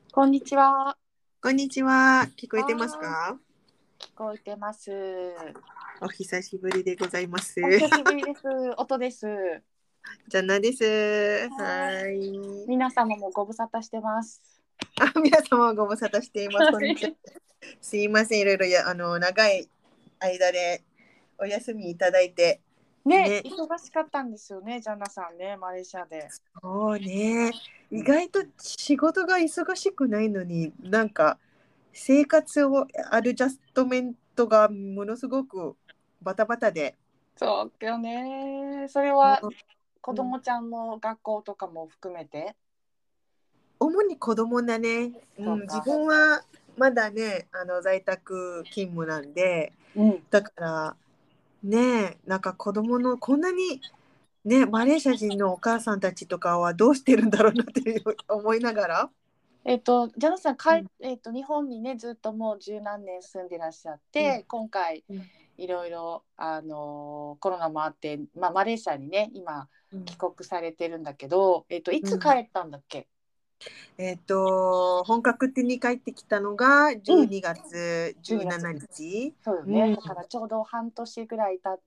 こんにちは。 こんにちは。聞こえてますはか？ い、聞こえてます。 お久しぶりでございます。 お久しぶりです。音です。 ジャンナです。 はい。 はい。 皆様もご無沙汰してます。 皆様ご無沙汰しています。こんにちは。すいません。いろいろ長い間でお休みいただいて。 ね、 ね。 忙しかったんですよね、ジャンナさんね、マレーシアで。 そうね。 うん、 意外と仕事が忙しくないのに、なんか生活をアドジャストメントがものすごくバタバタで。 そうよね。それは子うん、 供ちゃんの学校とかも含めて。 主に子供だね。自そうか。 分はまだね、在宅勤務なんで、 うん。 だからね、なんか子供のこんなにね、マレーシア人のお母さんたちとかはどうしてるんだろうなっていう思いながら。 ジャンナさん、 うん日本にね、ずっともう十何年住んでらっしゃっうんて、今回うんいろいろ、コロナもあって、まあ、マレーシアにね今うん。 帰国されてるんだけど、いつ帰うんったんだっけ？ 本格的に帰ってきたのが12 うん、 月 12月。 17日。 そうよね、 うん、 だからちょうど半年ぐらい経って。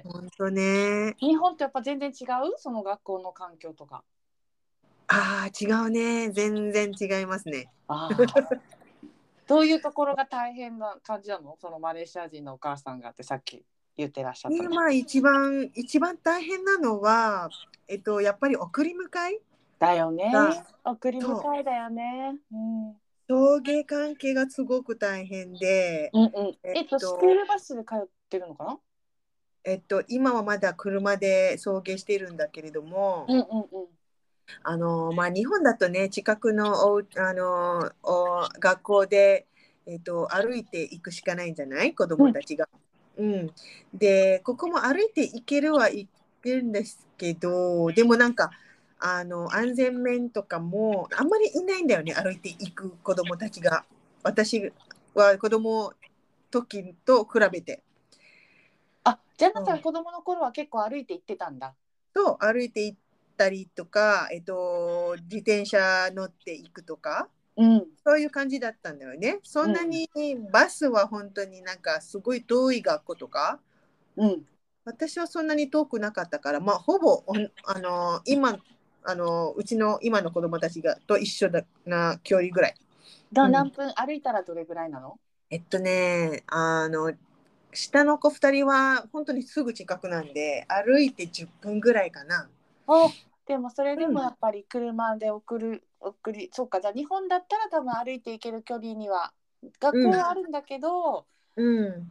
本当ね。 日本とやっぱ全然違う、その学校の環境とか。 ああ、違うね。全然違いますね。 ああ、どういうところが大変な感じなの、そのマレーシア人のお母さんがってさっき言ってらっしゃったの。 まあ一番大変なのは、やっぱり送り迎えだよね、 が、 送り迎そう、 えだよね。うん、 送迎関係がすごく大変で、 うんうん。 えっスクーと、 ルバスで通ってるのかな？ 今はまだ車で送迎しているんだけれども、 うんうんうん。 まあ、日本だとね、近くの学校で、歩いて行くしかないんじゃない子うん、 供たちが。うん。で、ここも歩いて行けるは行けるんですけど、でもなんか、安全面とかもあんまりいないんだよね、歩いて行く子供たちが。私は子供時と比べて。 あ、ジャンナさんうん、 子供の頃は結構歩いて行ってたんだ。 と歩いて行ったりとか、自転車乗って行くとか。 うん、 そういう感じだったんだよね。そうん、 んなにバスは本当になんかすごい遠い学校とか、 うん。 私はそんなに遠くなかったから、まあ、ほぼ今うちの今の子供たちがと一緒な距離ぐらい。うん、 何分歩いたらどれぐらいなの？ えっとね、あの下の子2人は本当にすぐ近くなんで歩いて10分ぐらいかな。 お、でもそれでうん、 もやっぱり車でそうか、じゃあ日本だったら多分歩いて行ける距離には学校うん、 はあるんだけど、 うん。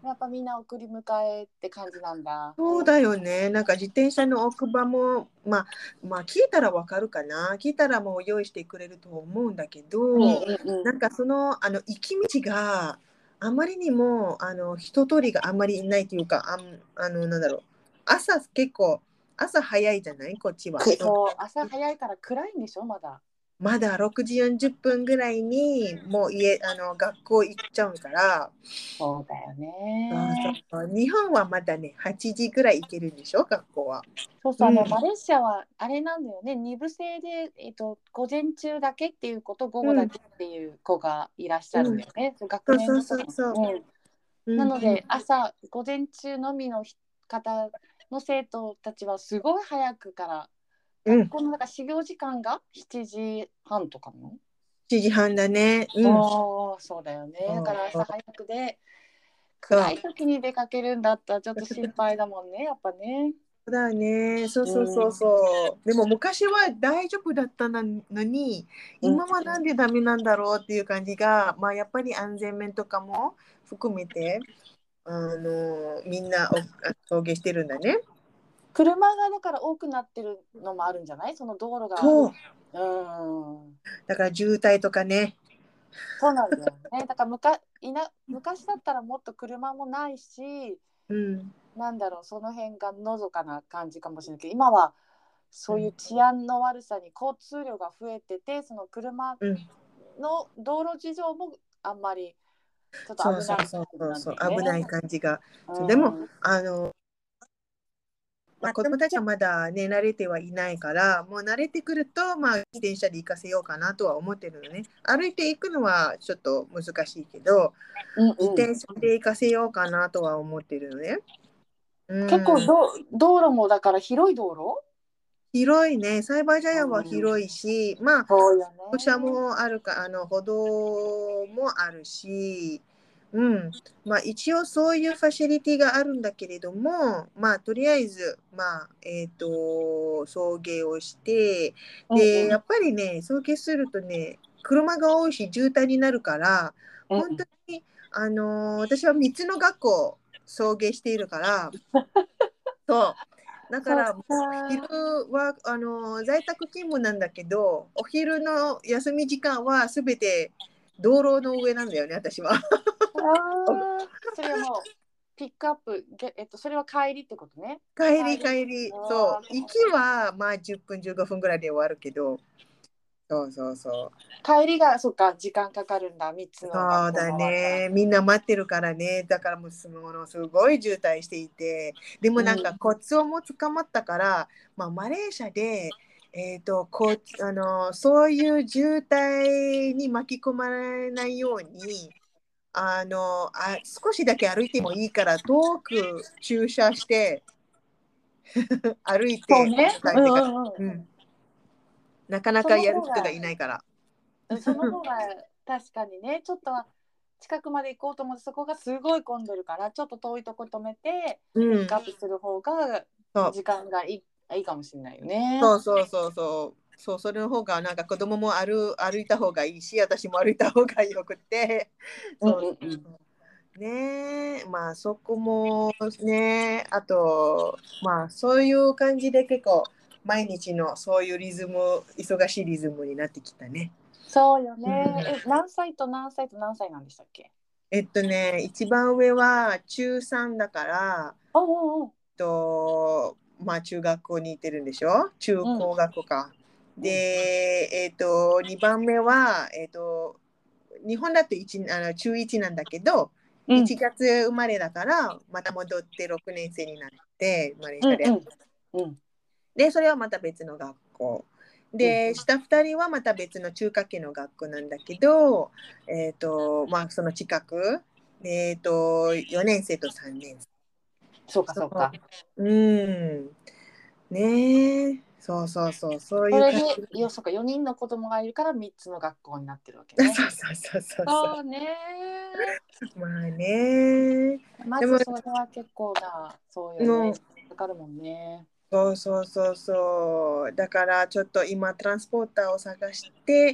やっぱみんな送り迎えって感じなんだ。 そうだよね。なんか自転車の置く場も、まあ聞いたらわかるかな。聞いたらもう用意してくれると思うんだけうんど、 うんうん。 なんか行き道があまりにも、人通りがあんまりいないというか、なんだろう。結構、朝早いじゃないこっちは。 そう、朝早いから暗いんでしょまだ。 まだ6時40分ぐらいにもう学校行っちゃうから、 そうだよそうそね。 う。日本はまだね、8時ぐらい行けるんでしょ学校は。 そうそう、 うん。 マレーシアはあれなんだよね、二部制で、午前中だけっていう子と午後うん。 だけっていう子がいらっしゃるうん。 んだよね、そう学そうそう年ごとに。 そうそう。 うん、 うん、うん。 なので、午前中のみの方の生徒たちはすごい早くから、 うん。 学校のなんか始業時間が7時半とかの。 7時半だね。うん。 ああ、そうだよね。だからそう朝早くで、暗いそう。 時に出かけるんだったらちょっと心配だもんね、やっぱね。 そうだね。そううそうそうん。 そう。でも昔は大丈夫だったのに、 うん。 今はなんでダメなんだろうっていう感じが、まあやっぱり安全面とかも含めて、みんな送迎してるんだね。 車がだから多くなってるのもあるんじゃない、その道路が。 そう。 うん。 だから渋滞とかね。 そうなんだよね。だから昔だったらもっと車もないし、 うん。 なんだろう、その辺がのどかな感じかもしれないけど、今はそういううん。 治安の悪さに交通量が増えてて、その車うん。 の道路事情もあんまりちょっとそう危ない感そうそうじそうそう。 なんだよね。 危ない感じが。 うそうでも、 ん。 まあ、子供たちはまだね、慣れてはいないから、もう慣れてくると、まあ、自転車で行かせようかなとは思ってるのね。歩いていくのはちょっと難しいけど、 うん自うん。 転車で行かせようかなとは思ってるのね。 結構うん、 道路もだから広い道路。 広いね。サイバージャイアはうん、 広いし、まあ、 そうよ歩車ね。 もあるか、歩道もあるし、うん。まあ、一応そういうファシリティがあるんだけれども、まあ、とりあえず、まあ、送迎をして、で、 うんうんやっぱりね、送迎するとね、車が多いし、渋滞になるから、 うん本当に、私は3つの学校を送迎しているから、そう。だかそっら、昼か。 は、在宅勤務なんだけど、お昼の休み時間はすべて道路の上なんだよね、私は。 ああ、それはもうピックアップ、それは帰りってことね。 帰り帰り。 帰り。そう。 あー、 行きは、まあ、10分、15分ぐらいで終わるけど、そうそうそう。 帰りが、そっか、時間かかるんだ、3つの学校そうだ回ったら。 ね。みんな待ってるからね。だからものすごい渋滞していて。でもなんかうん。 コツをもつかまったから、まあ、マレーシアで、そういう渋滞に巻き込まれないように、少しだけ歩いてもいいから遠く駐車して歩いてそうね。うん帰ってから。 うんうん。 うん。なかなそかの方が、 やる人がいないから。 その方が確かにね、ちょっとは近くまで行こうと思って、そこがすごい混んでるから、ちょっと遠いとこ止めて、 うピックアッん。 プする方がそう。 時間がいいかもしれないよね。 そうそうそうそう。そう、それの方が、なんか子供も歩いた方がいいし、私も歩いた方がよくて、 うんそううんうん。 そうそう。ねえ、まあそこもね、あと、まあそういう感じで結構、毎日のそういうリズム、忙しいリズムになってきたね。 そうようん、 ね。何歳と何歳と何歳なんでしたっけ？ 一番上は中3だから、 おうおうおう。 まあ中学校に行ってるんでしょ、中うん高学校か。 うんで、2番目は、日本だと中1なんだけど、 うん 1月生まれだから、また戻って6年生になって、マレーシアで。 うんうんうんで、それはまた別の学校。 うん。 で、下2人はまた別の中華系の学校なんだけど、まあ、その近く、4年生と3年生。 そうかそそうか。 う。うん。ねえ。そうそうそう、そういうそれで、 感じ。 そうか、4人の子供がいるから3つの学校になってるわけそうね。 そうそうそうそう。 そうね。 まあね。でも、 まずそれは結構な、そうよね。 もう、 かかるもんね。 そうそうそうそう。だからちょっと今、トランスポーターを探して、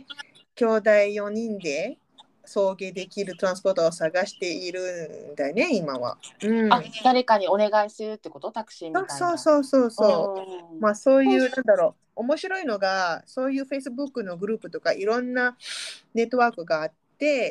兄弟4人で送迎できるトランスポーターを探しているんだよね、今は。うん。 あ、誰かにお願いするってこと？タクシーそうみたいな。 そうそうそううそう。 ん。 まあそういう、 そうしなんだろう、面白いのが、そういう Facebook のグループとかいろんなネットワークがあって、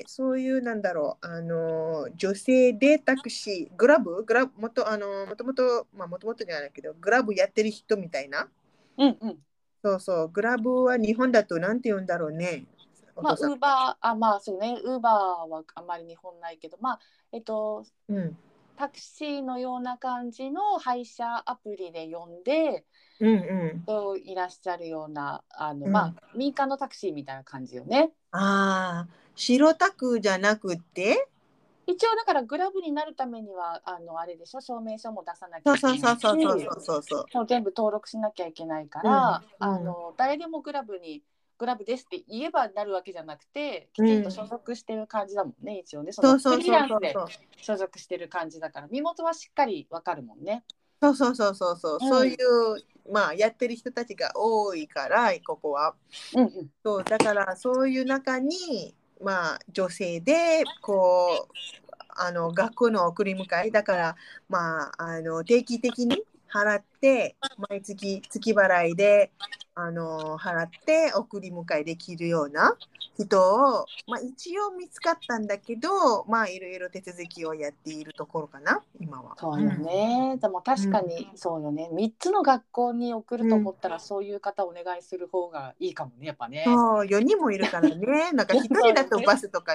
そういう、なんだろう、女性でタクシー、グラブ、もともと、まあもともとじゃないけど、グラブやってる人みたいな。 うんうん。 そうそう、グラブは日本だとなんて言うんだろうね、おまあ、 父さん。 ウーバー、あ、まあそうね、ウーバーはあまり日本ないけど、まあ、 うん、 タクシーのような感じの配車アプリで呼んで、 うん、うん。 いらっしゃるような、まあ、 うん、 民間のタクシーみたいな感じよね。 ああ、白タクじゃなくて、 一応だからグラブになるためにはあれでしょ、証明書も出さなきそうそうゃいけないし、 そうそうそうそうそう。 もう全部登録しなきゃいけないかうん、 ら、 うん、 誰でもグラブですって言えばなるわけじゃなくて、きうん。 ちんと所属してる感じだもんね。一応ね、そのフリーそうそうそうランスでそうそう。 所属してる感じだから、身元はしっかりわかるもんね。 そうそうそうそうそう。 うそういんう、まあ、やってる人たちが多いから、ここは。 うんうん。 そう、だからそういう中に、まあ、女性で、こう、学校の送り迎えだから、まあ、定期的に払って、毎月月払いで、払って送り迎えできるような人を、まあ、一応見つかったんだけど、まあ、いろいろ手続きをやっているところかな、今は。 そうよね。でも確かにそうよね。3つの学校に送るうん。 と思ったら、そういう方お願いする方がいいかもね、やっぱね。 そう、4人もいるからね。なんか1人だとバそうよね。 スとかね。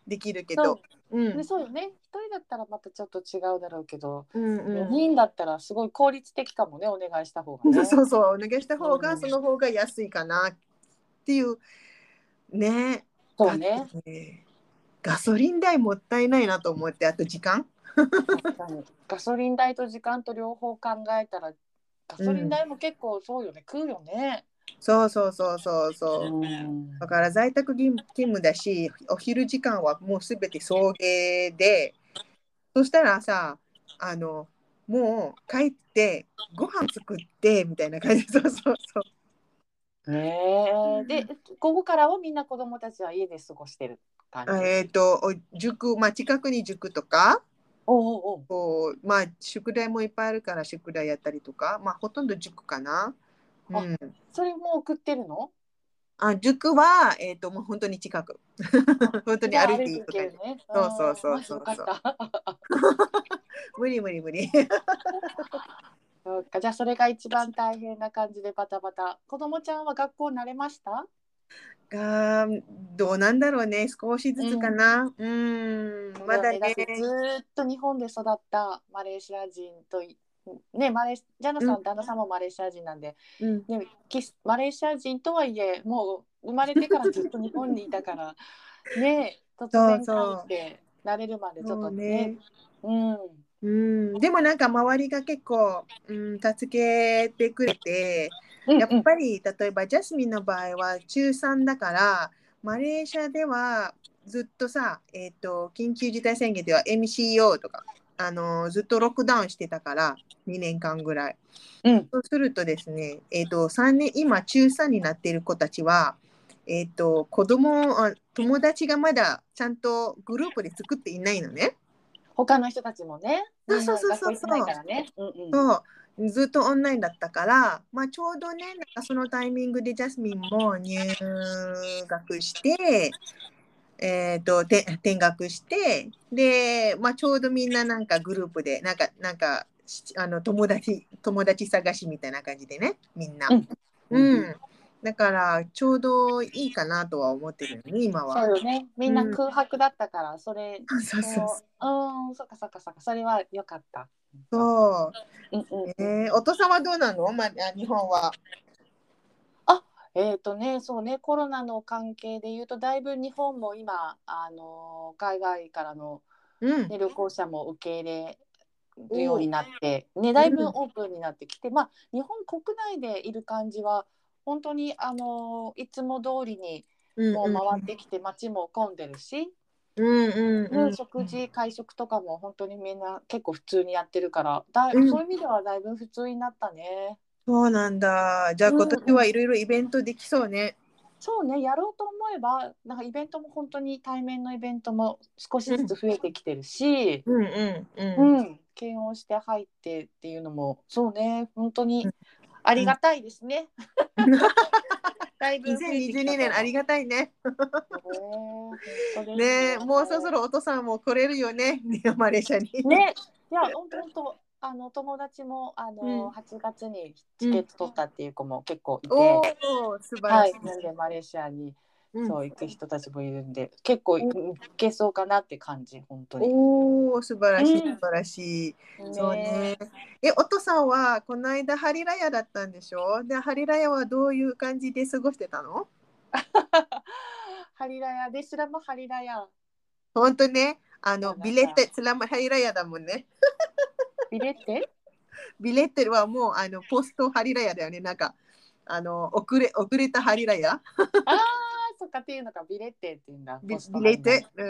できるけそど。 うで、そうよね。一人だったらまたちょっと違うだろうけど、 うん 4人だったらすごい効率的かもね、お願いした方がそうね。 そうそう、お願いした方が、 うん、 その方が安いかなっていうね。だっそうね。 てね、ガソリン代もったいないなと思って、あと時間。 確かに。ガソリン代と時間と両方考えたら、ガソリン代も結構そうよね、食うよね。 そうそうそうそうそう。 うん。 だから在宅勤務だし、お昼時間はもうすべて送迎で、そしたらさ、もう帰ってご飯作ってみたいな感じ。そうそうそう。 ねえ。で、午後からはみんな子供たちは家で過ごしてる感じ。 塾、まあ、近くに塾とか、 おうおうおう。 まあ、宿題もいっぱいあるから宿題やったりとか、まあ、ほとんど塾かな。うあ、 ん。 それも送ってるの？ 塾は、もう本当に近く。 あ、 本当に歩いじゃあ歩いていていく感じ。 けるね。うん。 そうそうそうあ、 そうそう。 よかった。 無理無理無理。 そうか、じゃあそれが一番大変な感じでバタバタ。子供ちゃんは学校慣れました？ が、どうなんだろうね。少しずつかうん。 な。うん。 そうだよね。だまだね。 ってずーっと日本で育ったマレーシア人とね、ジャナうん。 さん、旦那さんもマレーシア人なんで、 うん。 ね、マレーシア人とはいえ、もう生まれてからずっと日本にいたから、ね、突そう然帰そう。 って慣れるまでちょっそうとね、 ね。 うん、 うん。でもなんか周りが結構、助けてくれて、やっうんうん。 ぱり例えばジャスミンの場合は中3だから、マレーシアではずっとさ、緊急事態宣言では MCO とか、ずっとロックダウンしてたから、2年間ぐらい。 うん。 そうするとですね、3年、今、中3になっている子たちは、友達がまだちゃんとグループで作っていないのね。 他の人たちもね、みんそうそうそうな学校行ってないそうそう。 からね。うんうん。 そう、ずっとオンラインだったから、まあ、ちょうどね、なんかそのタイミングでジャスミンも入学して、転学して、で、まあ、ちょうどみんななんかグループで、友達探しみたいな感じでね、みんな。 うんうん。 うん。だから、ちょうどいいかなとは思ってるよね、今は。 そうよね。みんなうん。 空白だったから、 そうそうそう。 そっかそっかそっか、それは良かった。 そうんうんう。 うん。 お父さんはどうなの、まあ、日本は。 あ、そうね、コロナの関係で言うと、だいぶ日本も今、海外からの、 うん。 ね、旅行者も受け入れるようおう。 になって、ね、だいぶうん。 オープンになってきて、まあ、日本国内でいる感じは、本当に、いつも通りにうんうんもう回ってきて、街も混んでるし、 うんうんうね、 ん食事、会食とかも本当にみんな結構普通にやってるから、 うん。 そういう意味ではだいぶ普通になったね。 そうなんだ。じゃあうん今年うん。 はいろいろイベントできそうね。 そうね、やろうと思えば、なんかイベントも本当に対面のイベントも少しずつうん増えてきてるし、 うんうんうん。 うん、検温して入ってっていうのも、そうね、本当にあうん。 りがたいですね。だいぶ増えて 2022 きたと思年ありがたいね。 う。ね、本当ですねえ、 よもうそろそろお父さんも来れるよね、マレーシアに。 ね。ね、いや、本当本当、友達もうん、 8月にチうん。 ケット取ったっていう子も結構いて、 おお、素晴らはい、 しい。 なんでマレーシアにうん。 そう行く人たちもいるんで、結構行けそうかなって感じ、本当に。 おお、素晴らしい、素う晴らしい。 ん、 そうね。 ね。 お父さんはこの間ハリラヤだったんでしょ？で、ハリラヤはどういう感じで過ごしてたの？ ハリラヤでスラムハリラヤ。 本当ね、 なんかビレッテ、スラムハリラヤだもんね。 ビレッテ。 ビレッテはもう、ポストハリラヤだよね。なんか、遅れたハリラヤ。 ああ、そっかっていうのか、ビレッテっていうんだ、ポストハリラヤ。 ビレッテ。うん。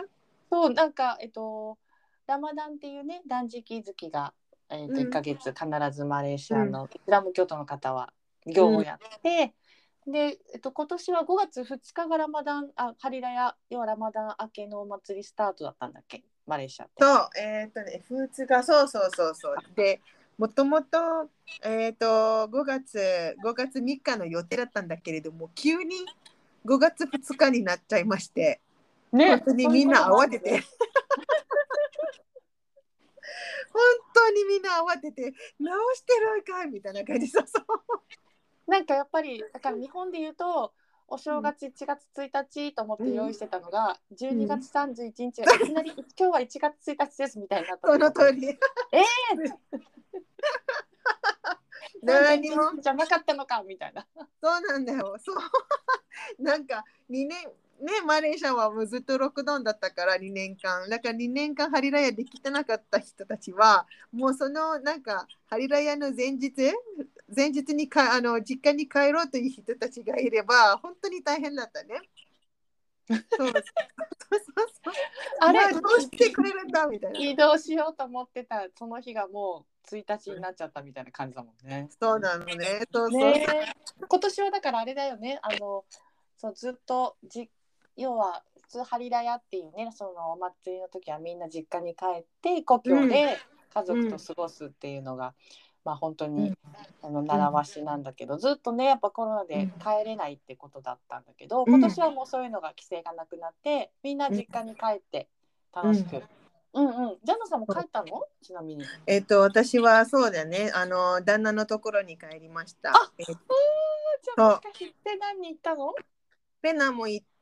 そう、なんかラマダンっていうね、断食月が1 うん。 ヶ月必ずマレーシうん。 アのイスラム教徒の方は行うん。 をやって、で、今年は5月2日がラマダン、ハリラヤ、要はラマダン明けのお祭りスタートだったんだっけ、マレーシアって。 そう、フーツが、そうそうそうそう。で、もともと、5月3日の予定だったんだけれども、急に5月2日になっちゃいまして、本ね、 当にみんなそういうこともあ慌てて、 るのね。 本当にみんな慌てて、直してるかいみたいな感じ、そうそう。 なんかやっぱりだから日本で言うとお正月1月1日と思って用意してたのが、12月31日がいきなり今日は1月1日ですみたいになったその通り。 何もじゃなかったのかみたいな。 そうなんだよ。そうなんか2年ね、マレーシアはもうずっとロックダウンだったから2年間。だから2年間ハリラヤできてなかった人たちは、もうそのなんかハリラヤの前日に実家に帰ろうという人たちがいれば、本当に大変だったね。そうあれどうしてくれるんだみたいな。 移動しようと思ってたその日がもう1日になっちゃったみたいな感じだもんね。 そうなのね。そうね。今年はだからあれだよね。そうずっと要は普通ハリラヤっていうね、そのお祭りの時はみんな実家に帰って故郷で家族と過ごすっていうのが、まあ本当に習わしなんだけど、ずっとねやっぱコロナで帰れないってことだったんだけど、今年はもうそういうのが規制がなくなってみんな実家に帰って楽しく、ジャナさんも帰ったの？ちなみに私はそうだね、旦那のところに帰りました。 じゃあもしかして何に行ったの？ ペナも行って、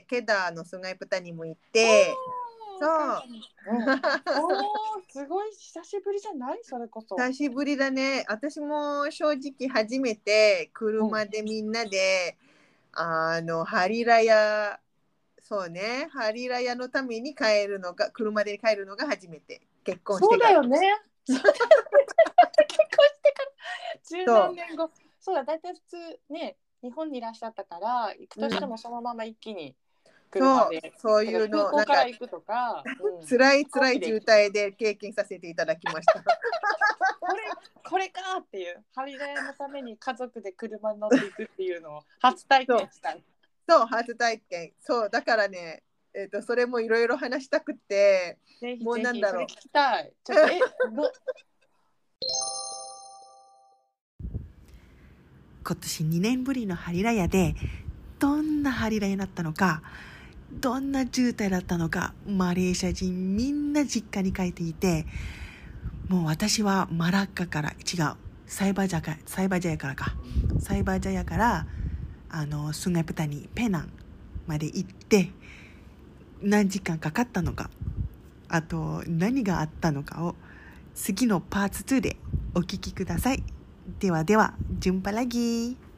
ケダのスガイプタニも行って、そう。 すごい久しぶりじゃない？それこそ。 久しぶりだね。私も正直初めて車でみんなで、ハリラヤ、そうね、ハリラヤのために車で帰るのが初めて。結婚してから。 そうだよね。結婚してから十何年後。そうだ、大体普通ね、日本にいらっしゃったから行くとしてもそのまま一気に車で、 そういうの空港から行くとか、 辛い渋滞で経験させていただきました。 これかっていうハリラヤのために家族で車に乗っていくっていうのを初体験した。 そう、初体験。そうだからね、それもいろいろ話したくて、もうなんだろう。 それ聞きたい。ちょっと今年2年ぶりのハリラヤでどんなハリラヤだったのか、どんな渋滞だったのか、マレーシア人みんな実家に帰っていて、もう私はマラッカからサイバージャヤからスンガイプタニペナンまで行って何時間かかったのか、あと何があったのかを次のパーツ2でお聞きください。では、ジュンパラギー。